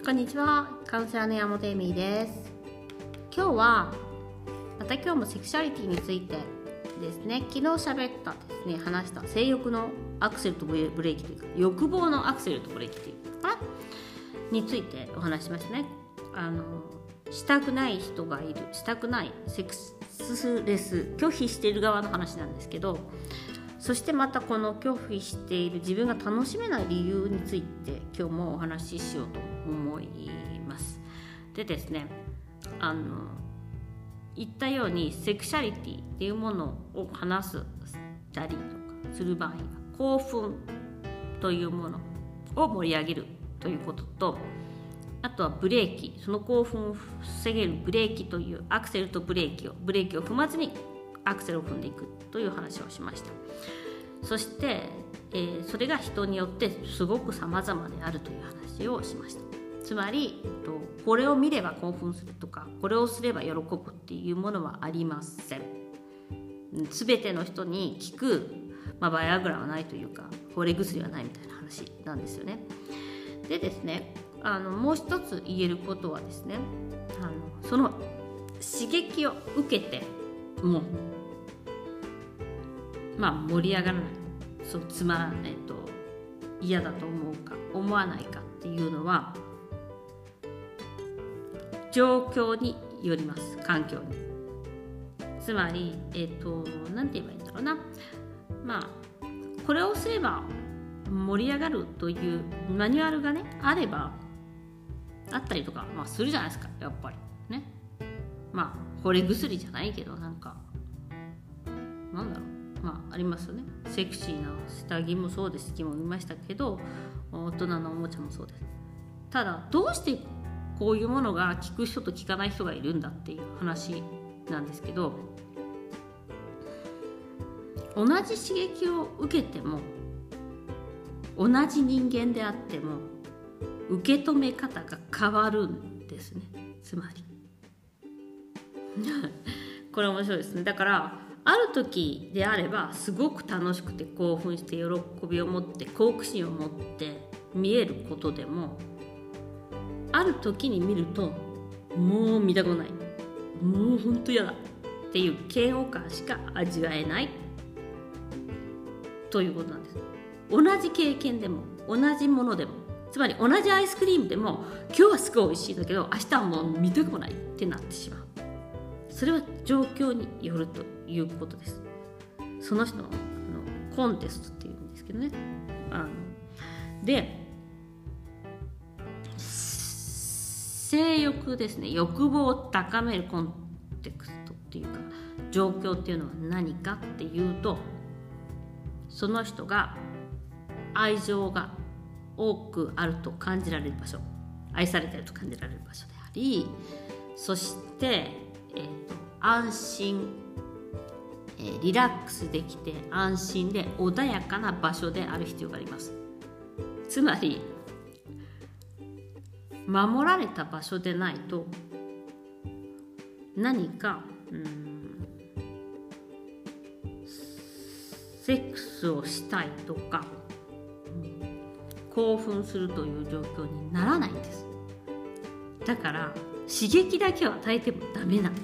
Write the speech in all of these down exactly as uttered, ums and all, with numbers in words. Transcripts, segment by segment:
こんにちは、カウンセラーの山本恵美です。今日はまた今日もセクシャリティについてですね、昨日喋ったですね、話した性欲のアクセルとブレーキというか、欲望のアクセルとブレーキというかについてお話しましたね。あのしたくない人がいる、したくないセックスレス、拒否している側の話なんですけど、そしてまたこの拒否している自分が楽しめない理由について今日もお話ししようと思います。でですね、あの言ったようにセクシャリティっていうものを話すたりとかする場合は、興奮というものを盛り上げるということと、あとはブレーキ、その興奮を防げるブレーキというアクセルとブレーキをブレーキを踏まずにアクセルを踏んでいくという話をしました。そして、えー、それが人によってすごく様々であるという話をしました。つまり、えっと、これを見れば興奮するとか、これをすれば喜ぶっていうものはありません。すべての人に効く、まあ、バイアグラはないというか、惚れ薬はないみたいな話なんですよね。でですね、あのもう一つ言えることはですね、あのその刺激を受けてもまあ盛り上がらない、そうつまらない、えっと、嫌だと思うか思わないかっていうのは状況によります。環境に。つまり、えっと、なんて言えばいいんだろうな。まあこれをすれば盛り上がるというマニュアルがねあればあったりとか、まあ、するじゃないですか、やっぱりね。まあ惚れ薬じゃないけど、なんかなんだろう。まあ、ありますよね。セクシーな下着もそうです。着も見ましたけど、大人のおもちゃもそうです。ただどうしてこういうものが効く人と効かない人がいるんだっていう話なんですけど、同じ刺激を受けても同じ人間であっても受け止め方が変わるんですね。つまりこれ面白いですね。だからある時であればすごく楽しくて興奮して喜びを持って好奇心を持って見えることでも、ある時に見るともう見たくない、もう本当嫌だっていう嫌悪感しか味わえないということなんです。同じ経験でも同じものでも、つまり同じアイスクリームでも今日はすごい美味しいんだけど明日はもう見たくもないってなってしまう。それは状況によるということです。その人の、あのコンテストっていうんですけどね。あので、性欲ですね、欲望を高めるコンテクストっていうか状況っていうのは何かっていうと、その人が愛情が多くあると感じられる場所、愛されていると感じられる場所であり、そしてえー、と安心、えー、リラックスできて安心で穏やかな場所である必要があります。つまり守られた場所でないと何かうーんセックスをしたいとか、うん、興奮するという状況にならないんです。だから刺激だけを与えてもダメなんです。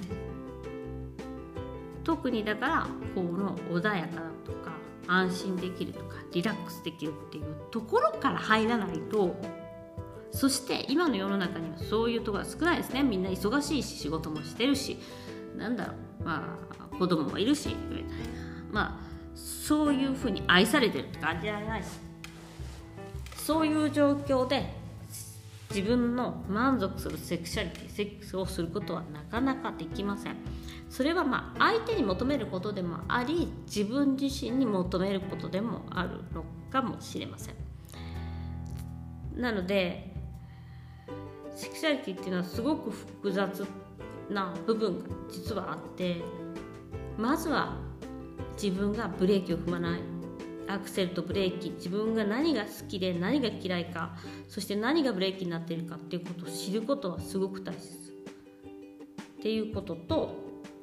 特にだからこの穏やかだとか安心できるとかリラックスできるっていうところから入らないと、そして今の世の中にはそういうところが少ないですね。みんな忙しいし仕事もしてるし、なんだろう、まあ子供もいるしみたいな、まあそういうふうに愛されてるって感じられない。そういう状況で自分の満足するセクシャリティ、セックスをすることはなかなかできません。それはまあ相手に求めることでもあり、自分自身に求めることでもあるのかもしれません。なのでセクシャリティっていうのはすごく複雑な部分が実はあって、まずは自分がブレーキを踏まない、アクセルとブレーキ、自分が何が好きで何が嫌いか、そして何がブレーキになっているかっていうことを知ることはすごく大切っていうことと、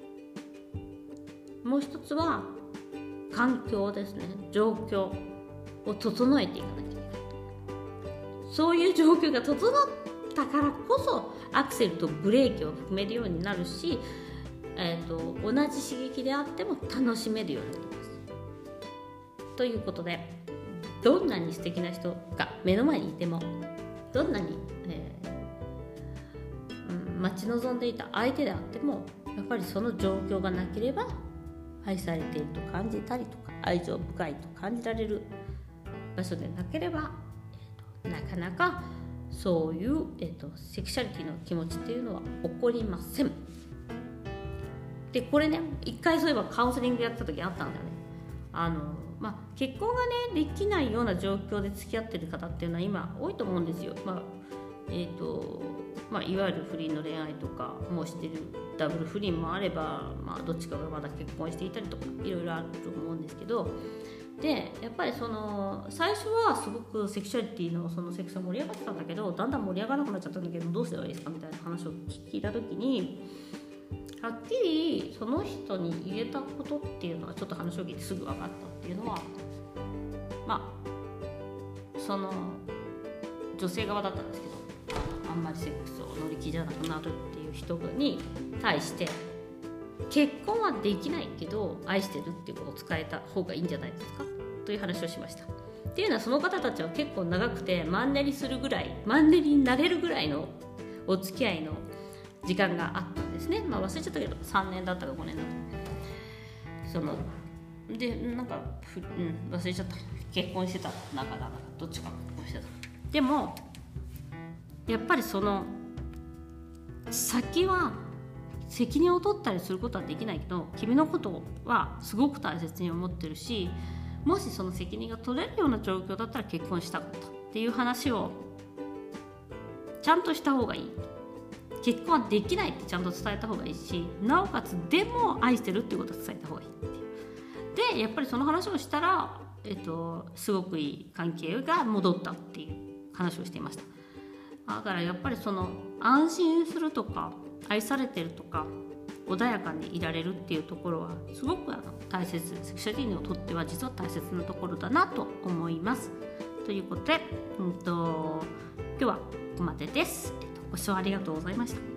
もう一つは環境ですね。状況を整えていかなきゃいけない。そういう状況が整ったからこそアクセルとブレーキを踏めるようになるし、えー、と同じ刺激であっても楽しめるようになります。ということで、どんなに素敵な人が目の前にいても、どんなに、えーうん、待ち望んでいた相手であっても、やっぱりその状況がなければ愛されていると感じたりとか、愛情深いと感じられる場所でなければ、えー、となかなかそういう、えー、とセクシャリティの気持ちっていうのは起こりません。でこれね、一回そういえばカウンセリングやった時あったんだよね。あのまあ、結婚がねできないような状況で付き合ってる方っていうのは今多いと思うんですよ。まあえーとまあ、いわゆる不倫の恋愛とかもしてる、ダブル不倫もあれば、まあ、どっちかがまだ結婚していたりとかいろいろあると思うんですけど、でやっぱりその最初はすごくセクシャリティのそのセックスが盛り上がってたんだけど、だんだん盛り上がらなくなっちゃったんだけど、どうすればいいですかみたいな話を聞いた時に、はっきりその人に言えたことっていうのはちょっと話を聞いてすぐ分かったっていうのは、まあその女性側だったんですけど、あんまりセックスを乗り気じゃなくなるっていう人に対して、結婚はできないけど愛してるっていうことを伝えた方がいいんじゃないですかという話をしました。っていうのは、その方たちは結構長くてマンネリするぐらい、マンネリになれるぐらいのお付き合いの時間があったんですね。まあ忘れちゃったけどさんねんだったかごねんだったそのでなんかふ、うん、忘れちゃった。結婚してた仲だな、どっちか結婚してた。でもやっぱりその先は責任を取ったりすることはできないけど、君のことはすごく大切に思ってるし、もしその責任が取れるような状況だったら結婚したかったっていう話をちゃんとした方がいい。結婚はできないってちゃんと伝えた方がいいし、なおかつでも愛してるっていうことを伝えた方がいいっていう。でやっぱりその話をしたら、えっと、すごくいい関係が戻ったっていう話をしていました。だからやっぱりその安心するとか愛されてるとか穏やかにいられるっていうところはすごくあの大切、セクシャリティにとっては実は大切なところだなと思います。ということで、うんと、今日はここまでです。ご視聴ありがとうございました。